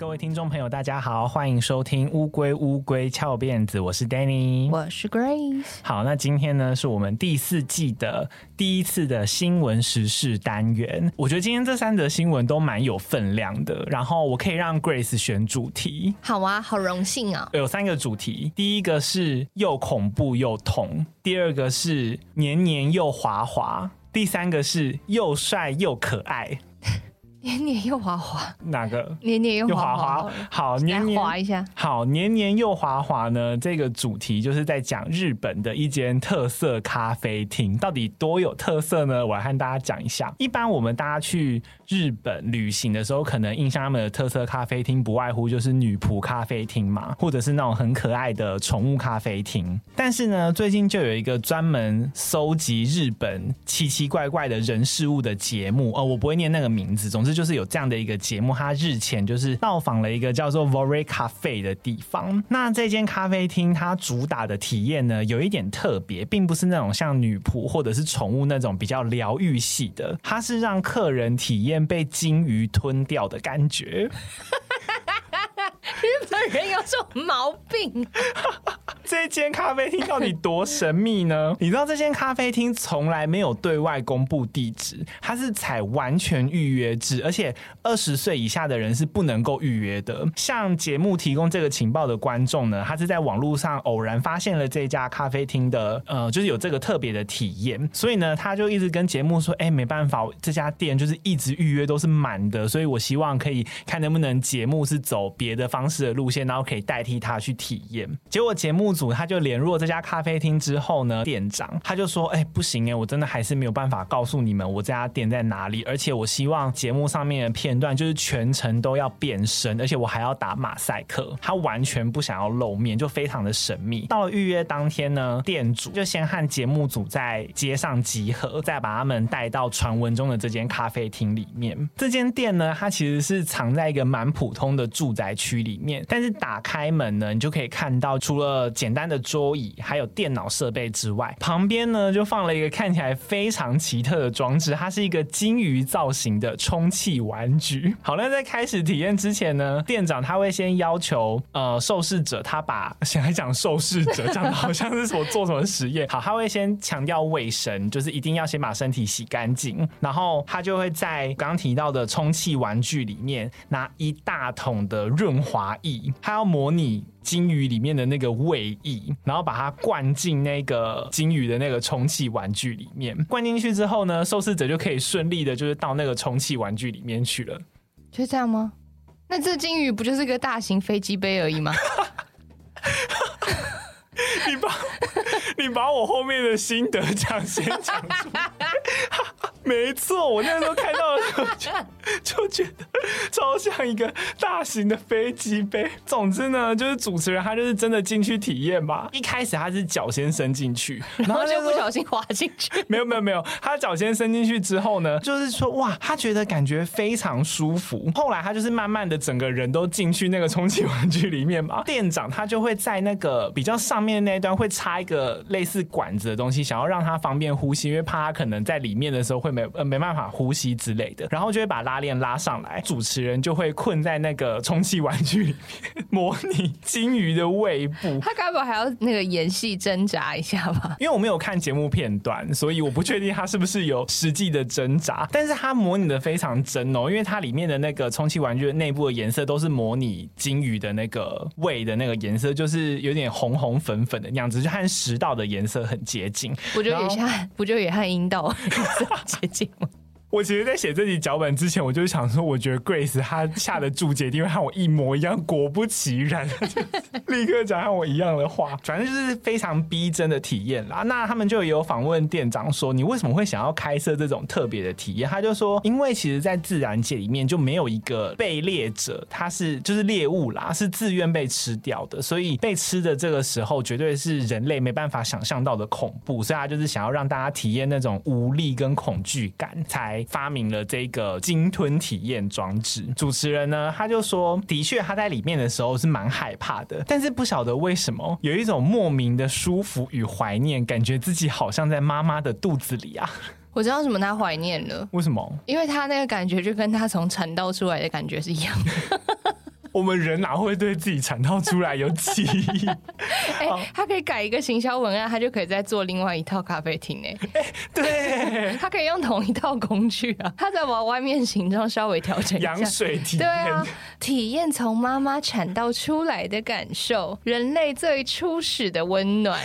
各位听众朋友大家好，欢迎收听乌龟乌龟翘辫子，我是 Danny， 我是 Grace。 好，那今天呢是我们第4季的第一次的新闻时事单元。我觉得今天这3则新闻都蛮有分量的，然后我可以让 Grace 选主题。 好啊，好荣幸啊。 有3个主题，第一个是又恐怖又痛，第二个是黏黏又滑滑，第3个是又帅又可爱。 黏黏又滑滑， 哪个？ 黏黏又滑滑。 好，黏黏滑一下。 好，黏黏又滑滑呢？这个主题就是在讲日本的一间特色咖啡厅，到底多有特色呢？我来和大家讲一下。一般我们大家去日本旅行的时候，可能印象他们的特色咖啡厅不外乎就是女仆咖啡厅嘛，或者是那种很可爱的宠物咖啡厅。但是呢，最近就有一个专门搜集日本奇奇怪怪的人事物的节目，我不会念那个名字，总之就是有这样的一个节目，他日前就是到访了一个叫做 Vore Cafe 的地方。那这间咖啡厅它主打的体验呢，有一点特别，并不是那种像女仆或者是宠物那种比较疗愈系的，它是让客人体验被鲸鱼吞掉的感觉。 日本人有这种毛病。 这间咖啡厅到底多神秘呢？你知道这间咖啡厅从来没有对外公布地址，它是采完全预约制，而且20岁以下的人是不能够预约的。像节目提供这个情报的观众呢，他是在网络上偶然发现了这家咖啡厅的就是有这个特别的体验，所以呢他就一直跟节目说，没办法，这家店就是一直预约都是满的，所以我希望可以看能不能节目是走别的方式的路线，然后可以代替他去体验。结果节目组他就联络这家咖啡厅之后呢，店长他就说，不行我真的还是没有办法告诉你们我这家店在哪里，而且我希望节目上面的片段就是全程都要变身，而且我还要打马赛克。他完全不想要露面，就非常的神秘。到了预约当天呢，店主就先和节目组在街上集合，再把他们带到传闻中的这间咖啡厅里面。这间店呢，它其实是藏在一个蛮普通的住宅区里面，但是打开门呢，你就可以看到除了简单的桌椅还有电脑设备之外，旁边呢就放了一个看起来非常奇特的装置，它是一个鲸鱼造型的充气玩具。好，那在开始体验之前呢，店长他会先要求受试者他把，先来讲受试者讲的好像是我做什么实验。好，他会先强调卫生，就是一定要先把身体洗干净，然后他就会在刚刚提到的充气玩具里面拿1大桶的润滑液，他要模拟鲸鱼里面的那个胃液，然后把它灌进那个鲸鱼的那个充气玩具里面。灌进去之后呢，受试者就可以顺利的就是到那个充气玩具里面去了。 就这样吗？那这鲸鱼不就是个大型飞机杯而已吗？ 你把我后面的心得讲先讲出来。没错，我那时候看到的时候就觉得超像一个大型的飞机杯。总之呢，就是主持人他就是真的进去体验吧。一开始他是脚先伸进去， 然后就不小心滑进去。 没有，他脚先伸进去之后呢，就是说哇，他觉得感觉非常舒服。后来他就是慢慢的整个人都进去那个充气玩具里面嘛。店长他就会在那个比较上面的那一端会插一个类似管子的东西，想要让他方便呼吸，因为怕他可能在里面的时候会没办法呼吸之类的，然后就会把拉链拉上来，主持人就会困在那个充气玩具里面，模拟鲸鱼的胃部。 他该不会还要那个演戏挣扎一下吧？ 因为我没有看节目片段，所以我不确定他是不是有实际的挣扎，但是他模拟的非常真哦，因为它里面的那个充气玩具的内部的颜色都是模拟鲸鱼的那个胃的那个颜色，就是有点红红粉粉的样子，就和食道的颜色很接近。 不就也和阴道接近吗？ 我其实在写这集脚本之前，我就想说，我觉得 Grace 她下的注解一定会和我一模一样，果不其然，立刻讲和我一样的话，反正就是非常逼真的体验啦。那他们就有访问店长说，你为什么会想要开设这种特别的体验？他就说，因为其实在自然界里面就没有一个被猎者，他是就是猎物啦，是自愿被吃掉的，所以被吃的这个时候绝对是人类没办法想象到的恐怖，所以他就是想要让大家体验那种无力跟恐惧感，才发明了这个鲸吞体验装置。主持人呢，他就说，的确他在里面的时候是蛮害怕的，但是不晓得为什么有一种莫名的舒服与怀念，感觉自己好像在妈妈的肚子里啊。 我知道为什么他怀念了。 为什么？ 因为他那个感觉就跟他从产道出来的感觉是一样的。 我们人哪会对自己肠道出来有记忆？ 他可以改一个行销文案，他就可以再做另外一套咖啡厅对， 他可以用同一套工具啊，他再把外面形状稍微调整一下。 羊水体验， 对啊，体验从妈妈产道出来的感受，人类最初始的温暖。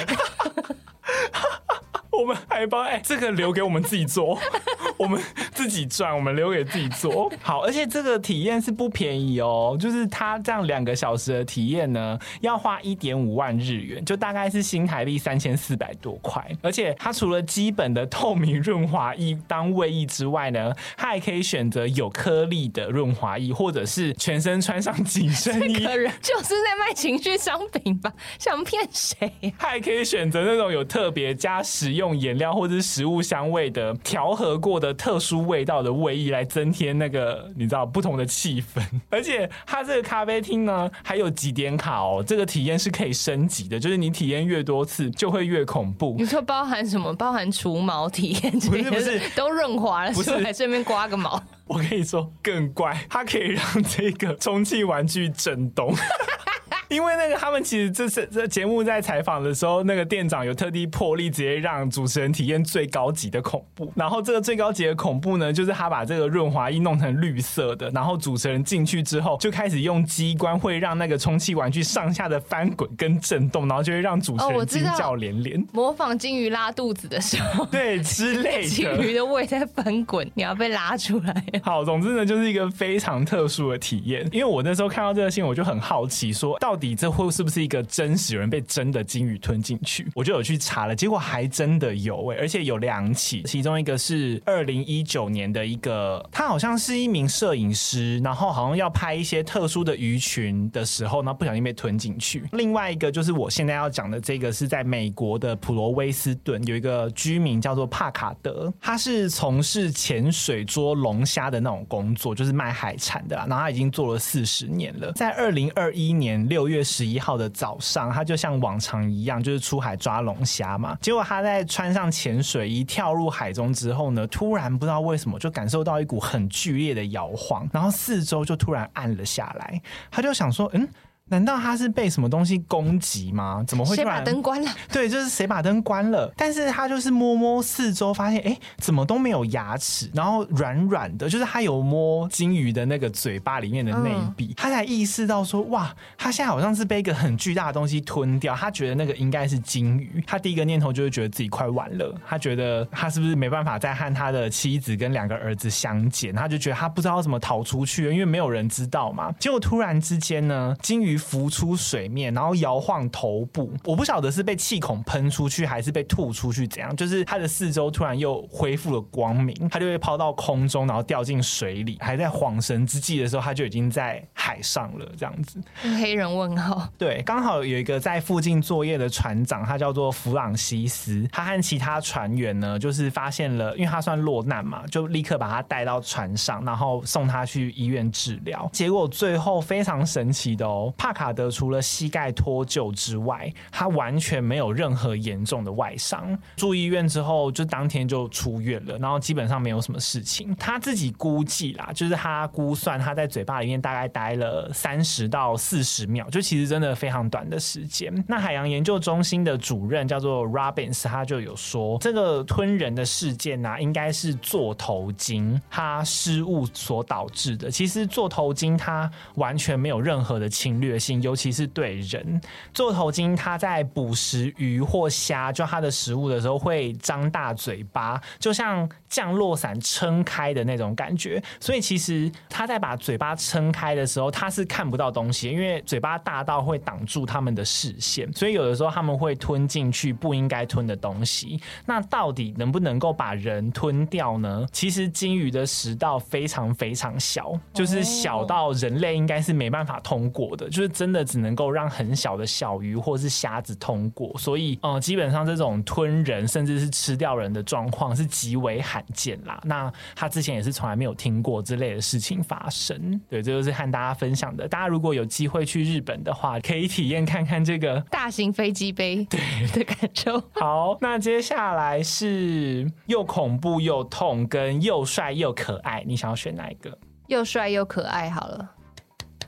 我们还帮这个留给我们自己做，我们自己赚，我们留给自己做好。而且这个体验是不便宜哦，就是它这样2个小时的体验呢，要花1.5万日元，就大概是新台币3400多块。而且它除了基本的透明润滑液当胃液之外呢，它还可以选择有颗粒的润滑液，或者是全身穿上紧身衣。 这个人就是在卖情绪商品吧？想骗谁呀？ 它还可以选择那种有特别加食用颜料或者是食物香味的调和过的特殊味道的味液，来增添那个你知道不同的气氛。而且它这个咖啡厅呢还有几点卡哦，这个体验是可以升级的，就是你体验越多次就会越恐怖。 你说包含什么？包含除毛体验？不是都润滑了，是还顺便刮个毛？ 我跟你说更怪，它可以让这个充气玩具震动。因为那个他们其实这节目在采访的时候，那个店长有特地破例直接让主持人体验最高级的恐怖。然后这个最高级的恐怖呢，就是他把这个润滑液弄成绿色的，然后主持人进去之后就开始用机关会让那个充气玩具上下的翻滚跟震动，然后就会让主持人惊叫连连， 模仿金鱼拉肚子的时候， 对之类的， 金鱼的胃在翻滚，你要被拉出来。 好，总之呢，就是一个非常特殊的体验。因为我那时候看到这个新闻，我就很好奇说，到底这是不是一个真实有人被真的金鱼吞进去？我就有去查了，结果还真的有而且有2起，其中一个是2019年的一个，他好像是一名摄影师，然后好像要拍一些特殊的鱼群的时候，然后不小心被吞进去。另外一个就是我现在要讲的这个，是在美国的普罗威斯顿有一个居民叫做帕卡德，他是从事潜水捉龙虾的那种工作，就是卖海产的啦，然后他已经做了40年了。在2021年6月11号的早上，他就像往常一样，就是出海抓龙虾嘛。结果他在穿上潜水衣跳入海中之后呢，突然不知道为什么就感受到一股很剧烈的摇晃，然后四周就突然暗了下来。他就想说，难道他是被什么东西攻击吗？怎么会突然？ 谁把灯关了？ 对，就是谁把灯关了。但是他就是摸摸四周，发现怎么都没有牙齿，然后软软的，就是他有摸金鱼的那个嘴巴里面的内壁，他才意识到说，哇，他现在好像是被一个很巨大的东西吞掉。他觉得那个应该是金鱼，他第一个念头就是觉得自己快完了，他觉得他是不是没办法再和他的妻子跟2个儿子相见，他就觉得他不知道怎么逃出去，因为没有人知道嘛。结果突然之间呢，金鱼浮出水面，然后摇晃头部，我不晓得是被气孔喷出去还是被吐出去怎样，就是它的四周突然又恢复了光明，它就会抛到空中，然后掉进水里，还在恍神之际的时候，它就已经在海上了，这样子。 黑人问号。 对，刚好有一个在附近作业的船长，他叫做弗朗西斯，他和其他船员呢，就是发现了，因为他算落难嘛，就立刻把他带到船上，然后送他去医院治疗。结果最后非常神奇的帕卡德除了膝盖脱臼之外，他完全没有任何严重的外伤。住医院之后，就当天就出院了，然后基本上没有什么事情。他自己估计啦，就是他估算他在嘴巴里面大概待了30到40秒，就其实真的非常短的时间。那海洋研究中心的主任叫做 Robbins， 他就有说，这个吞人的事件啊，应该是座头鲸它失误所导致的。其实座头鲸它完全没有任何的侵略性，尤其是对人。座头鲸它在捕食鱼或虾，就它的食物的时候会张大嘴巴，就像降落伞撑开的那种感觉。所以其实它在把嘴巴撑开的时候，它是看不到东西，因为嘴巴大到会挡住他们的视线，所以有的时候他们会吞进去不应该吞的东西。那到底能不能够把人吞掉呢？其实鲸鱼的食道非常非常小，就是小到人类应该是没办法通过的，就是真的只能够让很小的小鱼或是虾子通过。所以基本上这种吞人甚至是吃掉人的状况是极为罕见啦。那他之前也是从来没有听过之类的事情发生。对，这就是和大家分享的。大家如果有机会去日本的话，可以体验看看这个大型飞机杯的感受。 好，那接下来是又恐怖又痛跟又帅又可爱，你想要选哪一个？ 又帅又可爱好了。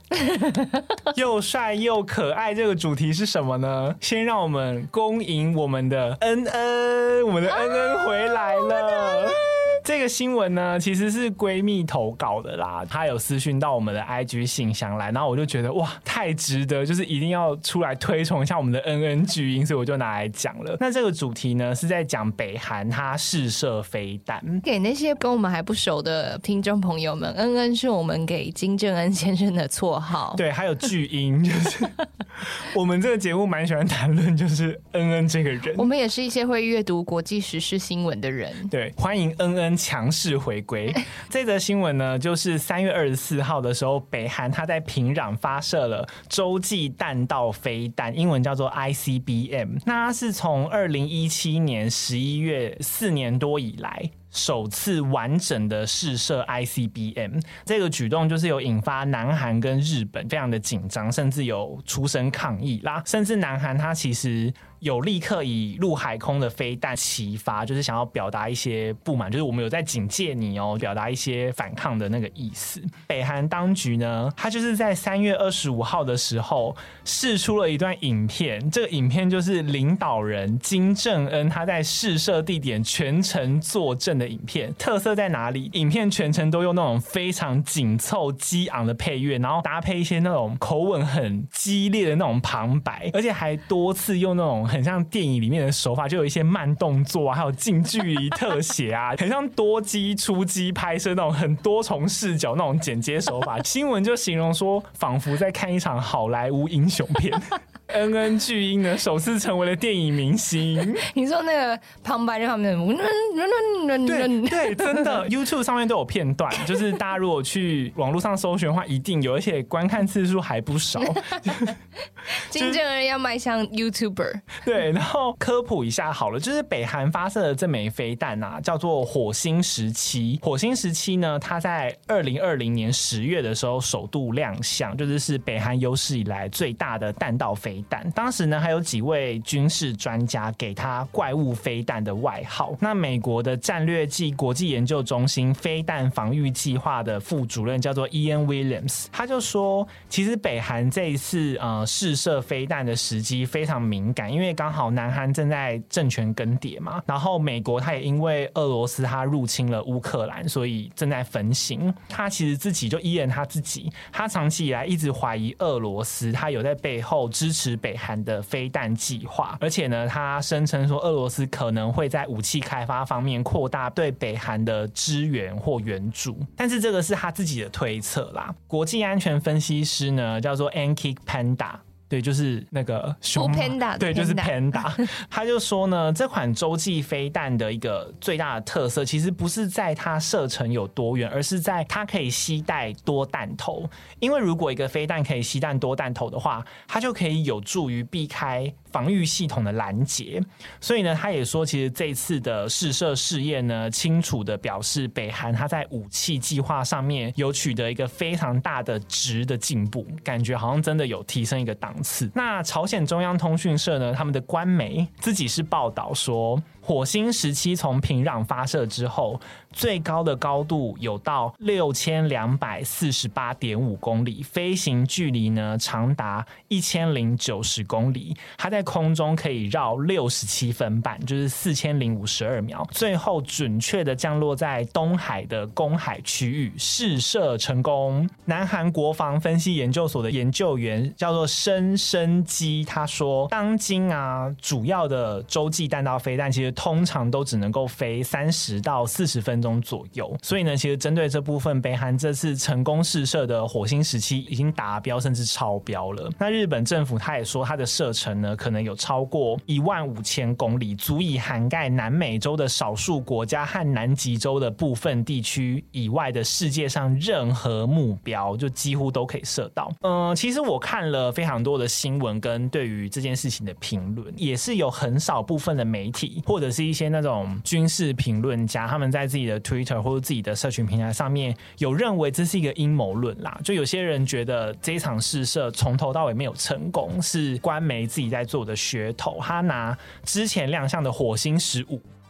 又帅又可爱，这个主题是什么呢？先让我们恭迎我们的恩恩，我们的恩恩回来了。这个新闻呢，其实是闺蜜投稿的啦，她有私讯到我们的 IG 信箱来，然后我就觉得哇，太值得，就是一定要出来推崇一下我们的恩恩巨婴，所以我就拿来讲了。那这个主题呢，是在讲北韩它试射飞弹。 给那些跟我们还不熟的听众朋友们，恩恩是我们给金正恩先生的绰号。 对，还有巨婴，就是我们这个节目蛮喜欢谈论就是恩恩这个人。 我们也是一些会阅读国际时事新闻的人。 对，欢迎恩恩强势回归。这则新闻呢，就是3月24号的时候，北韩他在平壤发射了洲际弹道飞弹，英文叫做 ICBM。那它是从2017年11月4年多以来首次完整的试射 ICBM， 这个举动就是有引发南韩跟日本非常的紧张，甚至有出声抗议啦。甚至南韩它其实有立刻以陆海空的飞弹齐发，就是想要表达一些不满，就是我们有在警戒你哦，表达一些反抗的那个意思。北韩当局呢，他就是在3月25号的时候释出了一段影片，这个影片就是领导人金正恩他在试射地点全程坐镇的影片。特色在哪里？影片全程都用那种非常紧凑激昂的配乐，然后搭配一些那种口吻很激烈的那种旁白，而且还多次用那种很像电影里面的手法，就有一些慢动作啊，还有近距离特写啊，很像多机出击拍摄那种很多重视角那种剪接手法。新闻就形容说，仿佛在看一场好莱坞英雄片。恩恩巨婴呢，首次成为了电影明星。 你说那个旁白在旁边， 对，真的 YouTube 上面都有片段，就是大家如果去网络上搜寻的话，一定有，而且观看次数还不少。 金正恩要迈向 YouTuber。 对，然后科普一下好了，就是北韩发射的这枚飞弹啊，叫做火星17。火星17呢，它在2020年10月的时候首度亮相，是北韩有史以来最大的弹道飞弹。当时呢，还有几位军事专家给它怪物飞弹的外号。那美国的战略暨国际研究中心飞弹防御计划的副主任叫做 Ian Williams， 他就说，其实北韩这一次试射飞弹的时机非常敏感，因为刚好南韩正在政权更迭嘛，然后美国他也因为俄罗斯他入侵了乌克兰，所以正在分心。他其实自己就Ian他自己，他长期以来一直怀疑俄罗斯他有在背后支持北韩的飞弹计划，而且呢，他声称说俄罗斯可能会在武器开发方面扩大对北韩的支援或援助，但是这个是他自己的推测啦。国际安全分析师呢叫做 Ankit Panda，对，就是那个熊猫，对，就是 Panda。他就说呢，这款洲际飞弹的一个最大的特色，其实不是在它射程有多远，而是在它可以携带多弹头。因为如果一个飞弹可以携带多弹头的话，它就可以有助于避开防御系统的拦截。所以呢，他也说，其实这次的试射试验呢，清楚的表示北韩它在武器计划上面有取得一个非常大的质的进步，感觉好像真的有提升一个档次。那朝鲜中央通讯社呢，他们的官媒自己是报道说，火星17从平壤发射之后，最高的高度有到6248.5公里，飞行距离呢长达1090公里，它在空中可以绕67分半，就是4052秒，最后准确的降落在东海的公海区域，试射成功。南韩国防分析研究所的研究员叫做申生基，他说，当今啊，主要的洲际弹道飞弹其实通常都只能够飞30到40分钟左右，所以呢，其实针对这部分，北韩这次成功试射的火星17已经达标甚至超标了。那日本政府他也说，它的射程呢可能有超过15000公里，足以涵盖南美洲的少数国家和南极洲的部分地区以外的世界上任何目标，就几乎都可以射到。其实我看了非常多的新闻跟对于这件事情的评论，也是有很少部分的媒体或者是一些那种军事评论家，他们在自己的 Twitter 或者自己的社群平台上面有认为这是一个阴谋论啦。就有些人觉得这一场试射从头到尾没有成功，是官媒自己在做的噱头。他拿之前亮相的火星15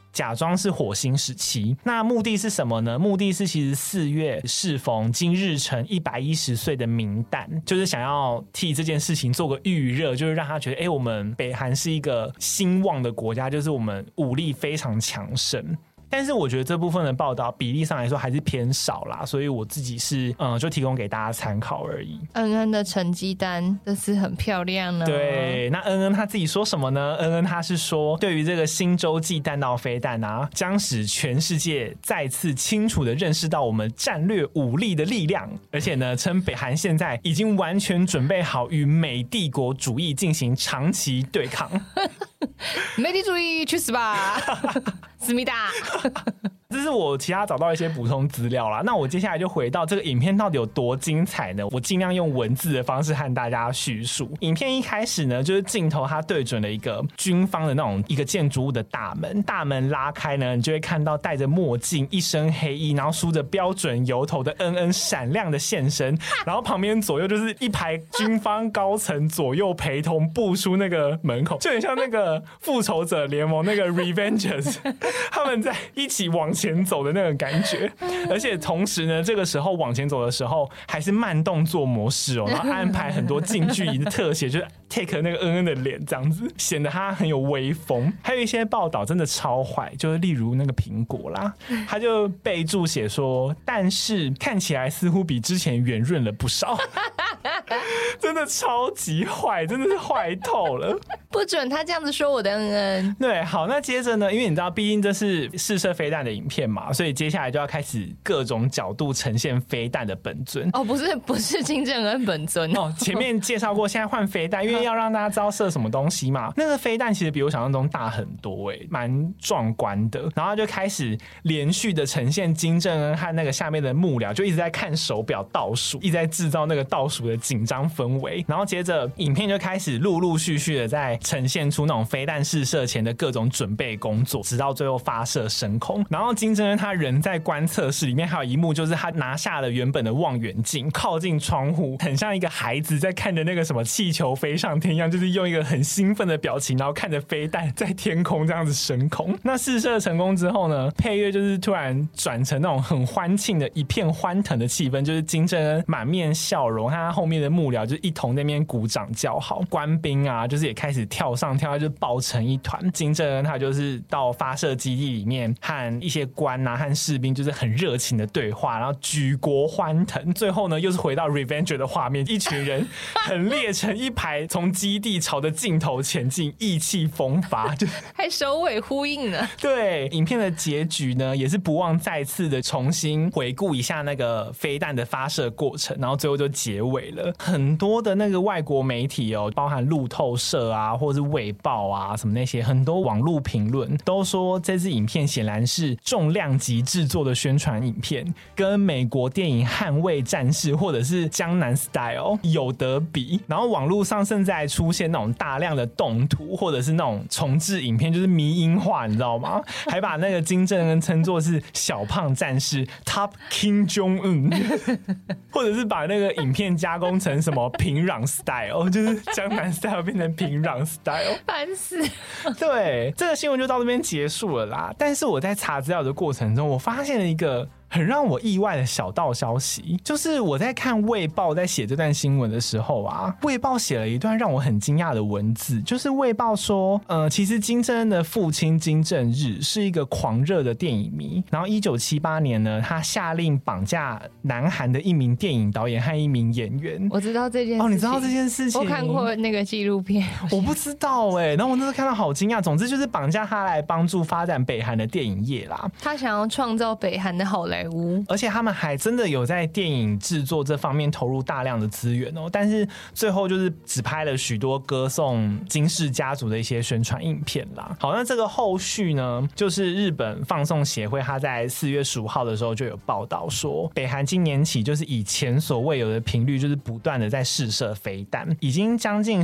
假装是火星时期。那目的是什么呢？目的是其实4月适逢金日成110岁的冥诞，就是想要替这件事情做个预热，就是让他觉得我们北韩是一个兴旺的国家，就是我们武力非常强盛。但是我觉得这部分的报道比例上来说还是偏少啦，所以我自己是就提供给大家参考而已。 恩恩的成绩单这次很漂亮呢。 对，那恩恩他自己说什么呢？恩恩他是说，对于这个新洲际弹道飞弹啊，将使全世界再次清楚的认识到我们战略武力的力量，而且呢，称北韩现在已经完全准备好与美帝国主义进行长期对抗。 美帝主义去死吧！思密达。 这是我其他找到一些补充资料啦。那我接下来就回到这个影片到底有多精彩呢？我尽量用文字的方式和大家叙述。影片一开始呢，就是镜头它对准了一个军方的那种一个建筑物的大门，大门拉开呢，你就会看到戴着墨镜、一身黑衣，然后梳着标准油头的恩恩闪亮的现身，然后旁边左右就是一排军方高层左右陪同步出那个门口，就很像那个复仇者联盟那个 Revengers 他们在一起往前走的那个感觉。而且同时呢，这个时候往前走的时候还是慢动作模式然后安排很多近距离的特写，就是 take 那个恩恩的脸这样子，显得他很有威风。还有一些报道真的超坏，就是例如那个苹果啦，他就备注写说，但是看起来似乎比之前圆润了不少。真的超级坏，真的是坏透了。 不准他这样子说我的恩恩。 对，好，那接着呢，因为你知道，毕竟这是试射飞弹的影片嘛，所以接下来就要开始各种角度呈现飞弹的本尊。 哦，不是金正恩本尊哦。前面介绍过，现在换飞弹，因为要让大家知道射什么东西嘛。那个飞弹其实比我想象中大很多蛮壮观的。然后就开始连续的呈现金正恩和那个下面的幕僚就一直在看手表倒数，一直在制造那个倒数的紧张氛围。然后接着影片就开始陆陆续续的在呈现出那种飞弹试射前的各种准备工作，直到最后发射升空。然后金正恩他人在观测室里面，还有一幕就是他拿下了原本的望远镜，靠近窗户，很像一个孩子在看着那个什么气球飞上天一样，就是用一个很兴奋的表情，然后看着飞弹在天空这样子升空。那试射成功之后呢，配乐就是突然转成那种很欢庆的一片欢腾的气氛，就是金正恩满面笑容，他后面的幕僚就一同那边鼓掌叫好，官兵啊就是也开始跳上跳下，就抱成一团。金正恩他就是到发射基地里面和一些官啊和士兵就是很热情的对话，然后举国欢腾。最后呢又是回到 Revenge 的画面，一群人很列成一排从基地朝着镜头前进，意气风发，就还首尾呼应呢。 对，影片的结局呢也是不忘再次的重新回顾一下那个飞弹的发射过程，然后最后就结尾了。很多的那个外国媒体包含路透社啊或是卫报啊什么那些，很多网络评论都说这支影片显然是重量级制作的宣传影片，跟美国电影《捍卫战士》或者是《江南 Style》有得比。然后网络上甚至还出现那种大量的动图或者是那种重制影片，就是迷因化，你知道吗？还把那个金正恩称作是小胖战士 Top Kim Jong Un， 或者是把那个影片加工成什么平壤 Style， 就是江南 Style 变成平壤 Style， 烦死。 对，这个新闻就到这边结束了啦。但是我在查资料的过程中，我发现了一个很让我意外的小道消息，就是我在看卫报在写这段新闻的时候啊，卫报写了一段让我很惊讶的文字，就是卫报说其实金正恩的父亲金正日是一个狂热的电影迷，然后1978年呢他下令绑架南韩的一名电影导演和一名演员。 我知道这件事情。 哦，你知道这件事情？ 我看过那个纪录片。 我不知道然后我那时候看到好惊讶。总之就是绑架他来帮助发展北韩的电影业啦， 他想要创造北韩的好莱坞， 而且他们还真的有在电影制作这方面投入大量的资源但是最后就是只拍了许多歌颂金氏家族的一些宣传影片啦。好，那这个后续呢，就是日本放送协会他在4月15号的时候就有报道说，北韩今年起就是以前所未有的频率，就是不断的在试射飞弹，已经将近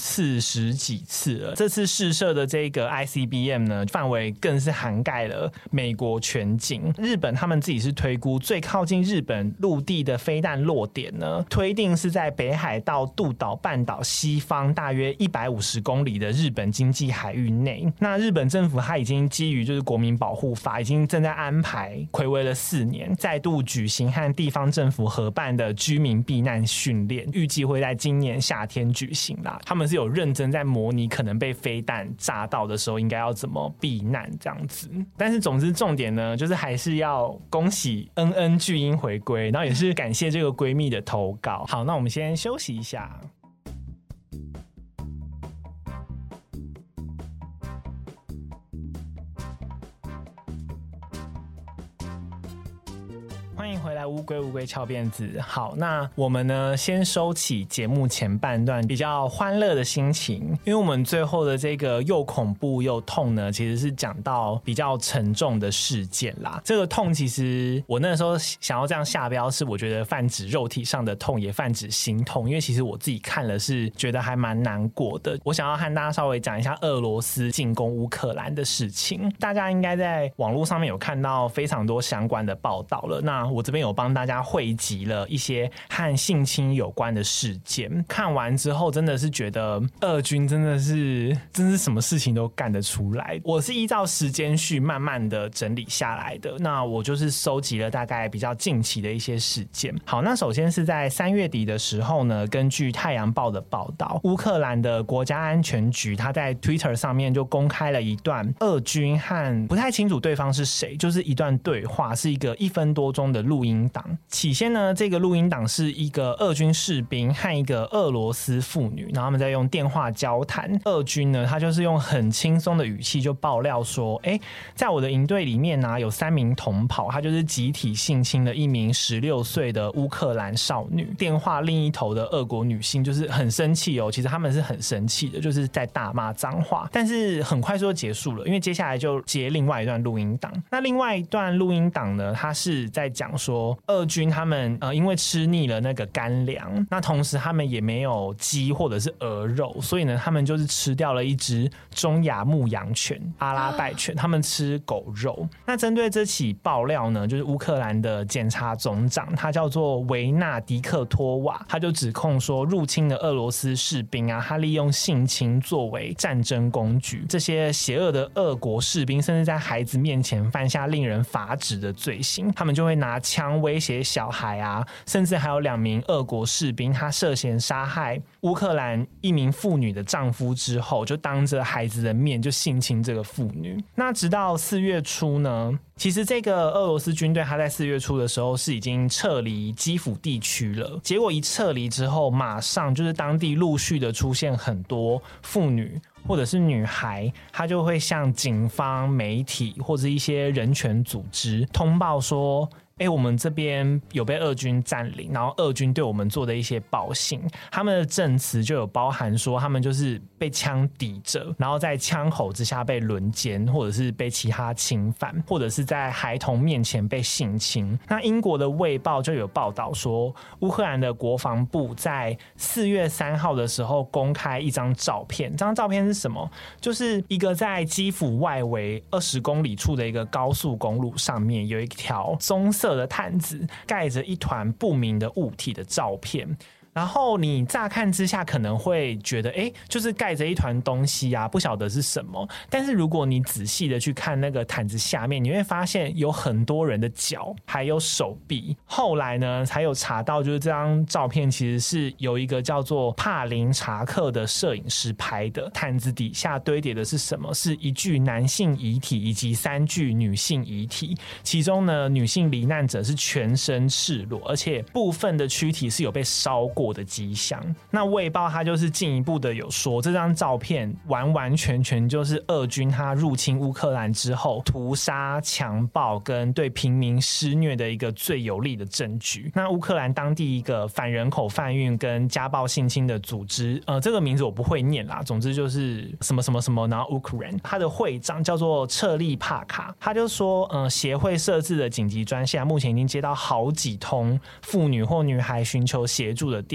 10几次了。这次试射的这个 ICBM 呢，范围更是涵盖了美国全境。日本他们自己己是推估最靠近日本陆地的飞弹落点呢，推定是在北海道渡岛半岛西方大约150公里的日本经济海域内。那日本政府它已经基于就是国民保护法，已经正在安排睽违了4年，再度举行和地方政府合办的居民避难训练，预计会在今年夏天举行啦。他们是有认真在模拟可能被飞弹炸到的时候应该要怎么避难这样子。但是总之重点呢，就是还是要恭喜恩恩巨婴回归，然后也是感谢这个闺蜜的投稿。好，那我们先休息一下。欢迎回来，乌龟翘辫子。好，那我们呢先收起节目前半段比较欢乐的心情，因为我们最后的这个又恐怖又痛呢，其实是讲到比较沉重的事件啦。这个痛其实我那时候想要这样下标，是我觉得泛指肉体上的痛，也泛指心痛，因为其实我自己看了是觉得还蛮难过的。我想要和大家稍微讲一下俄罗斯进攻乌克兰的事情，大家应该在网络上面有看到非常多相关的报道了。那我这边有帮大家汇集了一些和性侵有关的事件，看完之后真的是觉得俄军真是什么事情都干得出来。我是依照时间序慢慢的整理下来的，那我就是收集了大概比较近期的一些事件。好，那首先是在3月底的时候呢，根据太阳报的报道，乌克兰的国家安全局他在 Twitter 上面就公开了一段俄军和不太清楚对方是谁，就是一段对话，是一个1分多钟的录音档。起先呢，这个录音档是一个俄军士兵和一个俄罗斯妇女，然后他们在用电话交谈。俄军呢，他就是用很轻松的语气就爆料说，在我的营队里面呢，有3名同袍，他就是集体性侵了1名16岁的乌克兰少女。电话另一头的俄国女性就是很生气哦，其实他们是很生气的，就是在大骂脏话，但是很快速就结束了，因为接下来就接另外一段录音档。那另外一段录音档呢，他是在讲说俄军他们因为吃腻了那个干粮，那同时他们也没有鸡或者是鹅肉，所以呢他们就是吃掉了一只中亚牧羊犬阿拉拜犬，他们吃狗肉。那针对这起爆料呢，就是乌克兰的检察总长，他叫做维纳迪克托瓦，他就指控说入侵的俄罗斯士兵啊，他利用性侵作为战争工具，这些邪恶的俄国士兵甚至在孩子面前犯下令人发指的罪行，他们就会拿枪威胁小孩啊，甚至还有2名俄国士兵，他涉嫌杀害乌克兰1名妇女的丈夫之后，就当着孩子的面就性侵这个妇女。那直到4月初呢，其实这个俄罗斯军队他在4月初的时候是已经撤离基辅地区了，结果一撤离之后，马上就是当地陆续的出现很多妇女或者是女孩，她就会向警方、媒体或者一些人权组织通报说，我们这边有被俄军占领，然后俄军对我们做的一些暴行。他们的证词就有包含说他们就是被枪抵着，然后在枪口之下被轮奸，或者是被其他侵犯，或者是在孩童面前被性侵。那英国的卫报就有报道说，乌克兰的国防部在4月3号的时候公开一张照片，这张照片是什么？就是一个在基辅外围20公里处的一个高速公路上面有一条棕色的毯子盖着一团不明的物体的照片。然后你乍看之下可能会觉得就是盖着一团东西啊，不晓得是什么。但是如果你仔细的去看那个毯子下面，你会发现有很多人的脚还有手臂。后来呢才有查到，就是这张照片其实是有一个叫做帕林查克的摄影师拍的。毯子底下堆叠的是什么？是一具男性遗体以及3具女性遗体，其中呢女性罹难者是全身赤裸，而且部分的躯体是有被烧过的迹象。那卫报他就是进一步的有说，这张照片完完全全就是俄军他入侵乌克兰之后屠杀、强暴跟对平民施虐的一个最有力的证据。那乌克兰当地一个反人口贩运跟家暴性侵的组织，这个名字我不会念啦，总之就是什么什么什么，然后 Ukraine， 他的会长叫做彻利帕卡，他就说协会设置的紧急专线目前已经接到好几通妇女或女孩寻求协助的电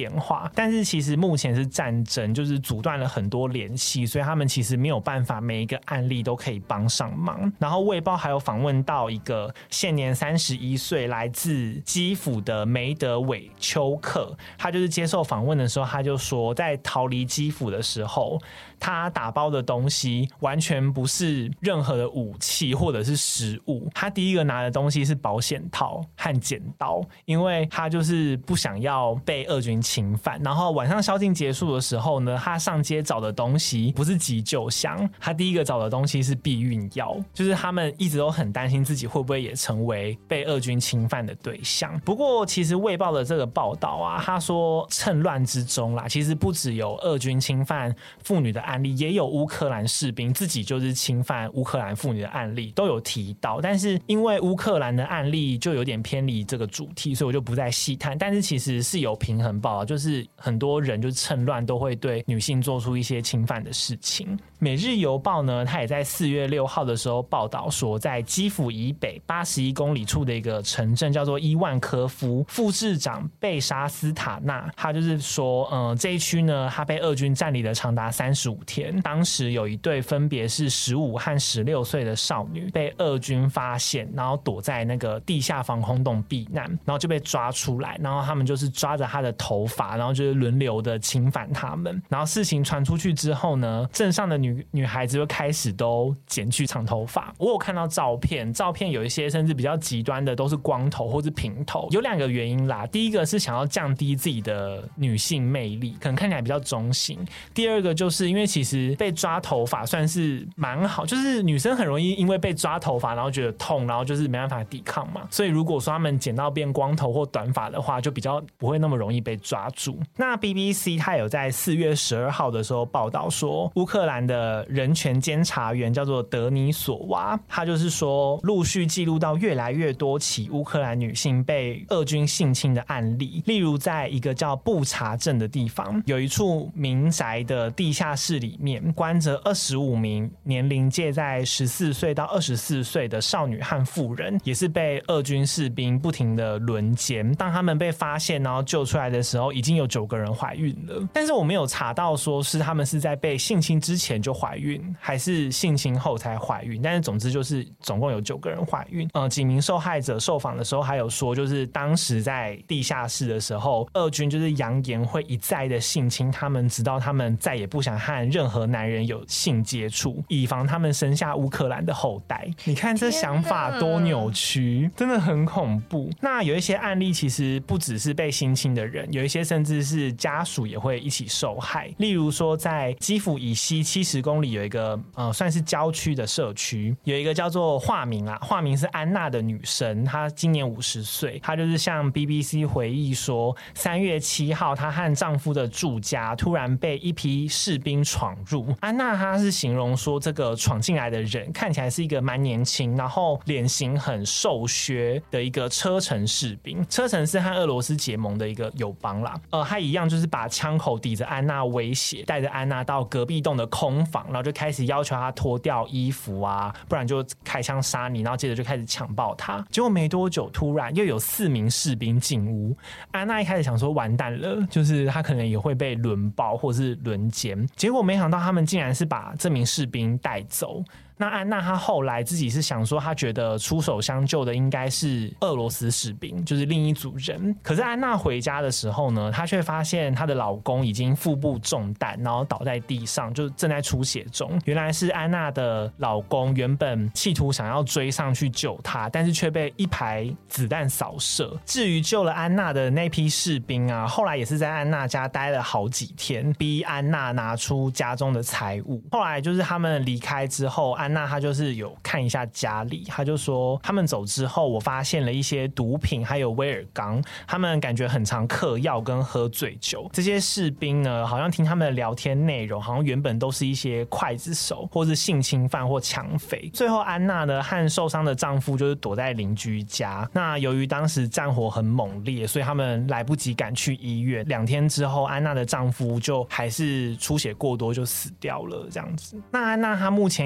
电话，但是其实目前是战争，就是阻断了很多联系，所以他们其实没有办法每一个案例都可以帮上忙。然后卫报还有访问到一个现年31岁来自基辅的梅德韦丘克，他就是接受访问的时候，他就说在逃离基辅的时候，他打包的东西完全不是任何的武器或者是食物，他第一个拿的东西是保险套和剪刀，因为他就是不想要被俄军侵犯。然后晚上宵禁结束的时候呢，他上街找的东西不是急救箱，他第一个找的东西是避孕药，就是他们一直都很担心自己会不会也成为被俄军侵犯的对象。不过其实卫报的这个报道啊，他说趁乱之中啦，其实不只有俄军侵犯妇女的案例，也有乌克兰士兵自己就是侵犯乌克兰妇女的案例都有提到，但是因为乌克兰的案例就有点偏离这个主题，所以我就不再细谈。但是其实是有平衡报道，就是很多人就是趁乱都会对女性做出一些侵犯的事情。每日邮报呢，他也在4月6号的时候报道说，在基辅以北81公里处的一个城镇叫做伊万科夫，副市长贝沙斯塔纳，他就是说这一区呢，他被俄军占领了长达35天。当时有一对分别是15和16岁的少女被俄军发现，然后躲在那个地下防空洞避难，然后就被抓出来，然后他们就是抓着她的头发，然后就是轮流的侵犯他们。然后事情传出去之后呢，镇上的女孩子就开始都剪去长头发。我有看到照片有一些甚至比较极端的都是光头或是平头，有2个原因啦。第一个是想要降低自己的女性魅力，可能看起来比较中性。第二个就是因为其实被抓头发算是蛮好，就是女生很容易因为被抓头发然后觉得痛，然后就是没办法抵抗嘛，所以如果说他们剪到变光头或短发的话，就比较不会那么容易被抓住。那 BBC 他有在4月12号的时候报道说，乌克兰的人权监察员叫做德尼索娃，他就是说陆续记录到越来越多起乌克兰女性被俄军性侵的案例，例如在一个叫布查镇的地方，有一处民宅的地下室里面关着25名年龄介在14岁到24岁的少女和妇人，也是被俄军士兵不停的轮奸。当他们被发现然后救出来的时候，已经有9个人怀孕了，但是我没有查到说是他们是在被性侵之前就怀孕还是性侵后才怀孕，但是总之就是总共有9个人怀孕。几名受害者受访的时候还有说，就是当时在地下室的时候，俄军就是扬言会一再的性侵他们，直到他们再也不想和任何男人有性接触，以防他们生下乌克兰的后代。你看这想法多扭曲，真的很恐怖。那有一些案例其实不只是被性侵的人，有一些甚至是家属也会一起受害。例如说在基辅以西70公里有一个算是郊区的社区，有一个叫做化名是安娜的女生，她今年50岁，她就是向 BBC 回忆说3月7号她和丈夫的住家突然被一批士兵闯入。安娜她是形容说这个闯进来的人看起来是一个蛮年轻，然后脸型很瘦削的一个车臣士兵。车臣是和俄罗斯结盟的一个友邦啦，他一样就是把枪口抵着安娜威胁，带着安娜到隔壁栋的空房，然后就开始要求她脱掉衣服啊，不然就开枪杀你，然后接着就开始强暴她。结果没多久突然又有4名士兵进屋，安娜一开始想说完蛋了，就是她可能也会被轮暴或是轮奸，结果没想到他们竟然是把这名士兵带走。那安娜她后来自己是想说，她觉得出手相救的应该是俄罗斯士兵，就是另一组人。可是安娜回家的时候呢，她却发现她的老公已经腹部中弹，然后倒在地上，就正在出血中。原来是安娜的老公原本企图想要追上去救她，但是却被一排子弹扫射。至于救了安娜的那批士兵啊，后来也是在安娜家待了好几天，逼安娜拿出家中的财物。后来就是他们离开之后，安娜她就是有看一下家里，她就说他们走之后，我发现了一些毒品还有威尔刚，他们感觉很常嗑药跟喝醉酒。这些士兵呢，好像听他们的聊天内容，好像原本都是一些刽子手或是性侵犯或抢匪。最后安娜呢和受伤的丈夫就是躲在邻居家。那由于当时战火很猛烈，所以他们来不及赶去医院。2天之后，安娜的丈夫就还是出血过多就死掉了这样子。那安娜她目前也说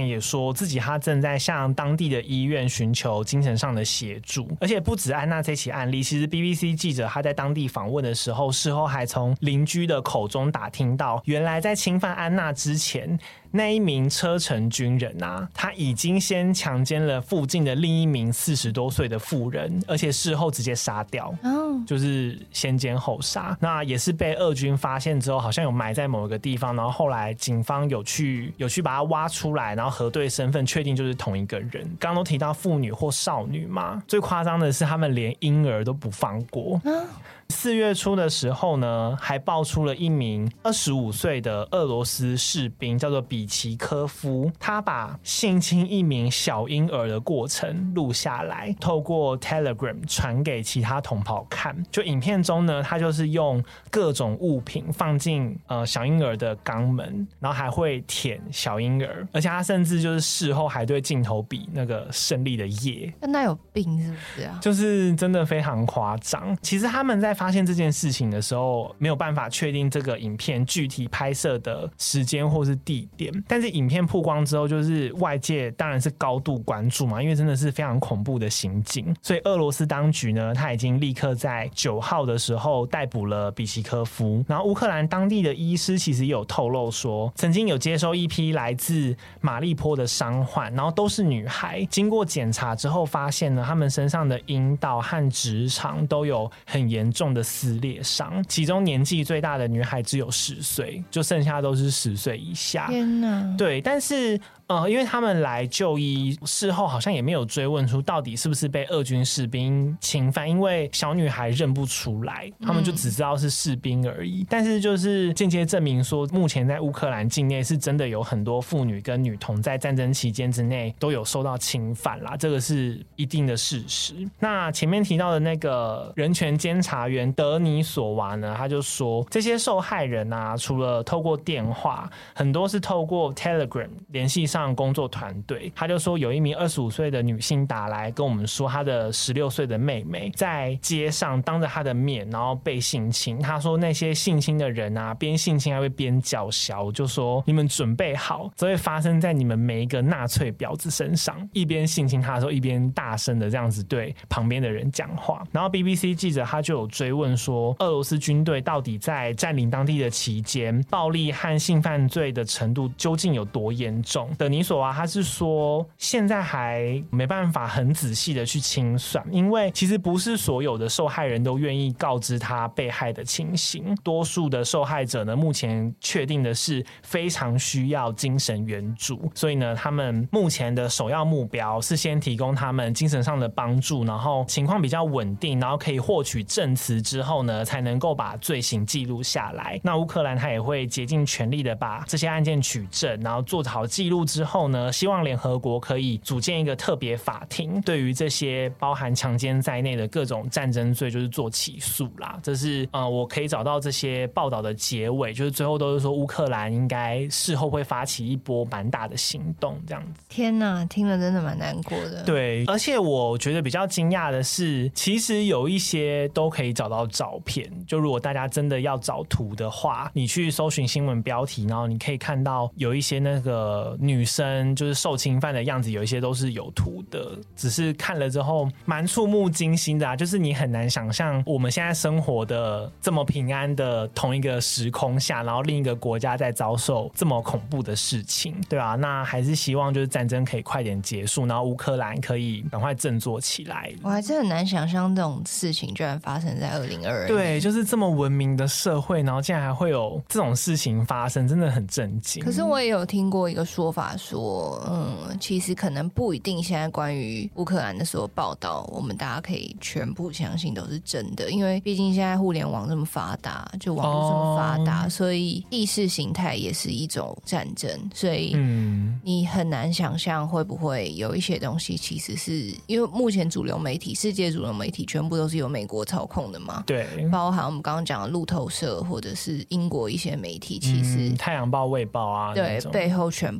说自己他正在向当地的医院寻求精神上的协助，而且不止安娜这起案例，其实 BBC 记者他在当地访问的时候，事后还从邻居的口中打听到，原来在侵犯安娜之前，那一名车臣军人啊，他已经先强奸了附近的另一名40多岁的妇人，而且事后直接杀掉，就是先奸后杀。那也是被俄军发现之后，好像有埋在某一个地方，然后后来警方有去把它挖出来，然后核对身份，确定就是同一个人。刚刚都提到妇女或少女嘛，最夸张的是他们连婴儿都不放过。4月初的时候呢，还爆出了一名25岁的俄罗斯士兵，叫做比奇科夫，他把性侵一名小婴儿的过程录下来，透过 Telegram 传给其他同袍看。就影片中呢，他就是用各种物品放进小婴儿的肛门，然后还会舔小婴儿，而且他甚至就是事后还对镜头比那个胜利的耶。 那有病是不是啊？ 就是真的非常夸张。其实他们在发现这件事情的时候，没有办法确定这个影片具体拍摄的时间或是地点，但是影片曝光之后，就是外界当然是高度关注嘛，因为真的是非常恐怖的行径。所以俄罗斯当局呢，他已经立刻在9号的时候逮捕了比奇科夫。然后乌克兰当地的医师其实也有透露说，曾经有接收一批来自马利坡的伤患，然后都是女孩，经过检查之后发现呢，他们身上的阴道和直肠都有很严重的撕裂伤，其中年纪最大的女孩只有10岁，就剩下都是10岁以下。 天哪！ 对，但是因为他们来就医，事后好像也没有追问出到底是不是被俄军士兵侵犯，因为小女孩认不出来，他们就只知道是士兵而已。但是就是间接证明说，目前在乌克兰境内是真的有很多妇女跟女童在战争期间之内都有受到侵犯啦，这个是一定的事实。那前面提到的那个人权监察员德尼索娃呢，他就说这些受害人啊，除了透过电话，很多是透过 Telegram 联系上工作团队。他就说有一名25岁的女性打来跟我们说，她的16岁的妹妹在街上当着她的面然后被性侵。他说那些性侵的人啊，边性侵还会边叫嚣，就说你们准备好，这会发生在你们每一个纳粹婊子身上。一边性侵他的时候，一边大声的这样子对旁边的人讲话。然后 BBC 记者他就有追问说，俄罗斯军队到底在占领当地的期间，暴力和性犯罪的程度究竟有多严重？德尼索娃他是说，现在还没办法很仔细的去清算，因为其实不是所有的受害人都愿意告知他被害的情形。多数的受害者呢，目前确定的是非常需要精神援助，所以呢，他们目前的首要目标是先提供他们精神上的帮助，然后情况比较稳定，然后可以获取证词之后呢，才能够把罪行记录下来。那乌克兰他也会竭尽全力的把这些案件取证，然后做好记录之后呢，希望联合国可以组建一个特别法庭，对于这些包含强奸在内的各种战争罪就是做起诉啦。这是我可以找到这些报道的结尾，就是最后都是说乌克兰应该事后会发起一波蛮大的行动这样子。 天哪，听了真的蛮难过的。 对，而且我觉得比较惊讶的是，其实有一些都可以找到照片，就如果大家真的要找图的话，你去搜寻新闻标题，然后你可以看到有一些那个女生就是受侵犯的样子，有一些都是有图的，只是看了之后蛮触目惊心的啊，就是你很难想象我们现在生活的这么平安的同一个时空下，然后另一个国家在遭受这么恐怖的事情，对啊，那还是希望就是战争可以快点结束，然后乌克兰可以赶快振作起来。 我还是很难想象这种事情居然发生在2022年。 对，就是这么文明的社会，然后竟然还会有这种事情发生，真的很震惊。 可是我也有听过一个说法说，其实可能不一定现在关于乌克兰的所有报道，我们大家可以全部相信都是真的，因为毕竟现在互联网这么发达，就网络这么发达，所以意识形态也是一种战争，所以你很难想象会不会有一些东西其实是因为目前主流媒体，世界主流媒体全部都是由美国操控的嘛， 对， 包含我们刚刚讲的路透社或者是英国一些媒体，其实太阳报、卫报啊， 对，背后全部都是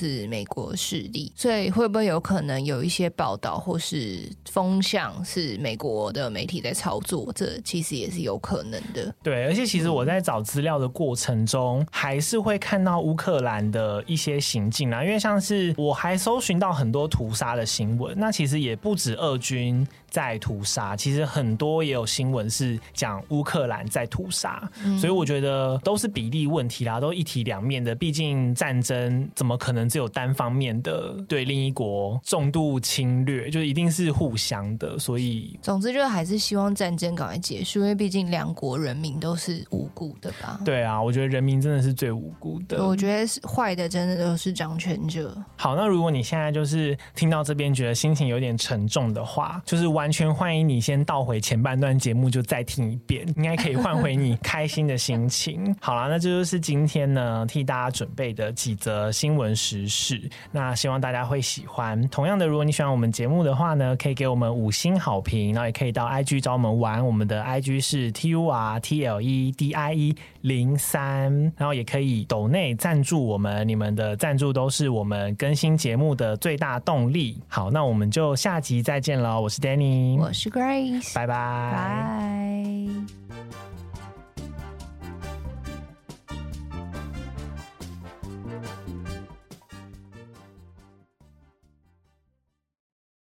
是美国势力，所以会不会有可能有一些报道或是风向是美国的媒体在操作，这其实也是有可能的。 对，而且其实我在找资料的过程中还是会看到乌克兰的一些行径啦，因为像是我还搜寻到很多屠杀的新闻，那其实也不止俄军在屠杀，其实很多也有新闻是讲乌克兰在屠杀，所以我觉得都是比例问题啦，都一体两面的，毕竟战争怎么可能只有单方面的对另一国重度侵略，就一定是互相的，所以总之就还是希望战争赶快结束，因为毕竟两国人民都是无辜的吧。 对啊，我觉得人民真的是最无辜的， 我觉得坏的真的都是掌权者。 好，那如果你现在就是听到这边觉得心情有点沉重的话，就是完全欢迎你先倒回前半段节目就再听一遍，应该可以换回你开心的心情。好啦，那这就是今天呢替大家准备的几则新闻时事，那希望大家会喜欢。同样的，如果你喜欢我们节目的话呢，可以给我们5星好评，然后也可以到 IG 找我们玩，我们的 IG 是 TURTLEDIE03，然后也可以抖内赞助我们，你们的赞助都是我们更新节目的最大动力。好，那我们就下集再见了，我是 Danny， 我是 Grace， 拜拜。 拜。